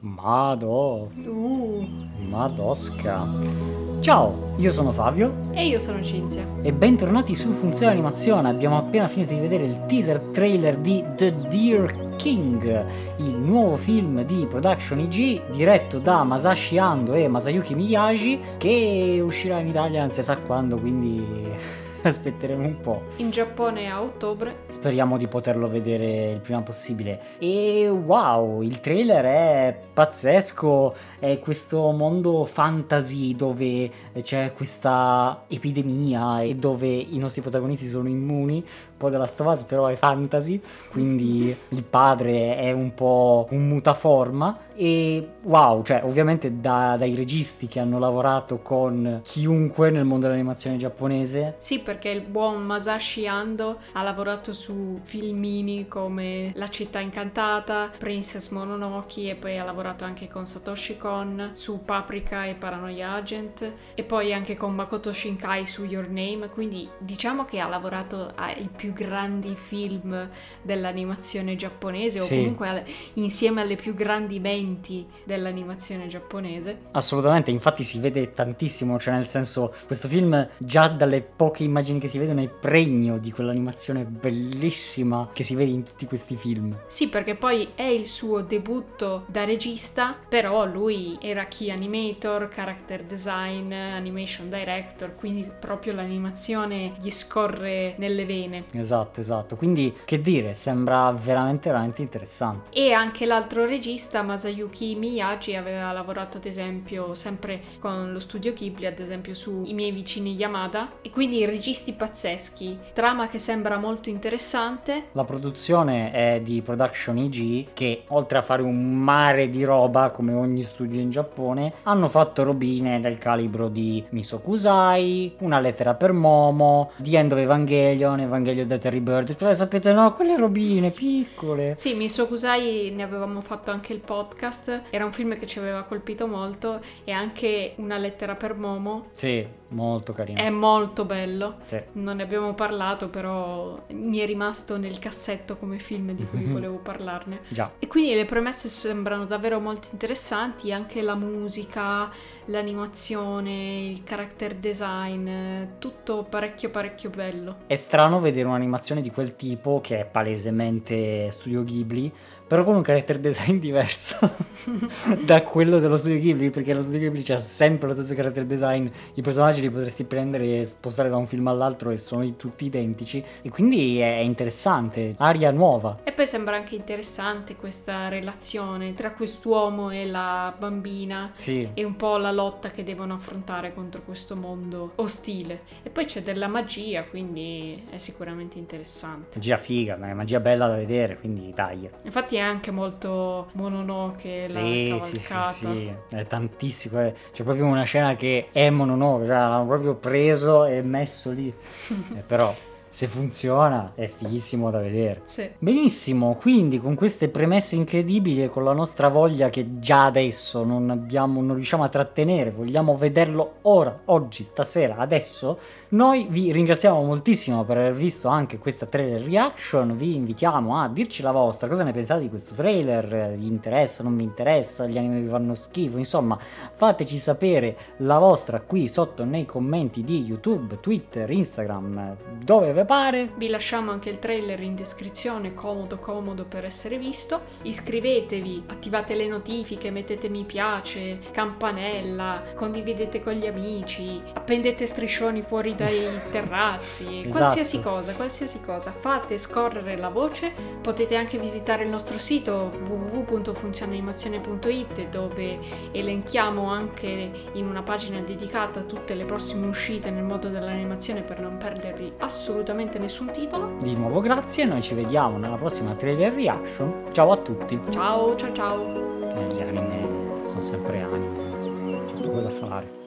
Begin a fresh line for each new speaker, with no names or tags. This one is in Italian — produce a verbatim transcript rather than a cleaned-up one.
Mado.
Uh.
Madosca. Ciao, io sono Fabio.
E io sono Cinzia.
E bentornati su Funzione Animazione. Abbiamo appena finito di vedere il teaser trailer di The Deer King, il nuovo film di Production I G diretto da Masashi Ando e Masayuki Miyagi, che uscirà in Italia non si sa quando, quindi aspetteremo un po'.
In Giappone a ottobre.
Speriamo di poterlo vedere il prima possibile. E wow, il trailer è pazzesco. È questo mondo fantasy dove c'è questa epidemia e dove i nostri protagonisti sono immuni. Un po' della Last of Us, però è fantasy, quindi il padre è un po' un mutaforma. E wow, cioè ovviamente da, dai registi che hanno lavorato con chiunque nel mondo dell'animazione giapponese.
Sì, perché il buon Masashi Ando ha lavorato su filmini come La città incantata, Princess Mononoke, e poi ha lavorato anche con Satoshi Kon su Paprika e Paranoia Agent, e poi anche con Makoto Shinkai su Your Name, quindi diciamo che ha lavorato ai più grandi film dell'animazione giapponese,
sì,
o comunque alle, insieme alle più grandi menti dell'animazione giapponese.
Assolutamente, infatti si vede tantissimo, cioè nel senso, questo film già dalle poche immagini che si vedono è pregno di quell'animazione bellissima che si vede in tutti questi film.
Sì, perché poi è il suo debutto da regista, però lui era key animator, character design, animation director, quindi proprio l'animazione gli scorre nelle vene.
Esatto, esatto, quindi che dire, sembra veramente veramente interessante.
E anche l'altro regista, Masayuki Miyagi, aveva lavorato ad esempio sempre con lo studio Ghibli, ad esempio su I miei vicini Yamada, e quindi registi pazzeschi, trama che sembra molto interessante.
La produzione è di Production I G, che oltre a fare un mare di roba come ogni studio in Giappone, hanno fatto robine del calibro di Misokusai, Una lettera per Momo, The End of Evangelion, Evangelion da Terry Bird, cioè sapete, no, quelle robine piccole.
Sì, Misokusai ne avevamo fatto anche il podcast, era un film che ci aveva colpito molto, e anche Una lettera per Momo.
Sì, molto carino.
È molto bello.
Sì.
Non ne abbiamo parlato, però mi è rimasto nel cassetto come film di cui volevo parlarne.
Già.
E quindi le premesse sembrano davvero molto interessanti, anche la musica, l'animazione, il character design, tutto parecchio parecchio bello.
È strano vedere un'animazione di quel tipo, che è palesemente studio Ghibli, però con un character design diverso da quello dello studio Ghibli, perché lo studio Ghibli c'ha sempre lo stesso character design, i personaggi li potresti prendere e spostare da un film all'altro e sono tutti identici, e quindi è interessante, aria nuova.
E poi sembra anche interessante questa relazione tra quest'uomo e la bambina,
sì,
e un po' la lotta che devono affrontare contro questo mondo ostile. E poi c'è della magia, quindi è sicuramente interessante.
Magia figa, ma è magia bella da vedere, quindi dai.
Infatti è anche molto Mononoke,
sì,
la
sì,
cavalcata.
sì, sì, è tantissimo, eh. C'è proprio una scena che è Mononoke, cioè l'hanno proprio preso e messo lì, eh, però se funziona è fighissimo da vedere.
Sì.
Benissimo, quindi con queste premesse incredibili e con la nostra voglia che già adesso non abbiamo, non riusciamo a trattenere, vogliamo vederlo ora, oggi, stasera, adesso, noi vi ringraziamo moltissimo per aver visto anche questa trailer reaction. Vi invitiamo a dirci la vostra, cosa ne pensate di questo trailer, vi interessa, non vi interessa, gli anime vi fanno schifo, insomma fateci sapere la vostra qui sotto nei commenti di YouTube, Twitter, Instagram, dove vi pare.
Vi lasciamo anche il trailer in descrizione, comodo comodo per essere visto. Iscrivetevi, attivate le notifiche, mettete mi piace, campanella, condividete con gli amici, appendete striscioni fuori dai terrazzi,
esatto.
Qualsiasi cosa, qualsiasi cosa. Fate scorrere la voce. Potete anche visitare il nostro sito w w w punto funzioneanimazione punto i t, dove elenchiamo anche in una pagina dedicata tutte le prossime uscite nel mondo dell'animazione per non perdervi assolutamente nessun titolo.
Di nuovo grazie, noi ci vediamo nella prossima trailer reaction. Ciao a tutti.
Ciao ciao ciao.
Eh, gli anime sono sempre anime, c'è poco da fare.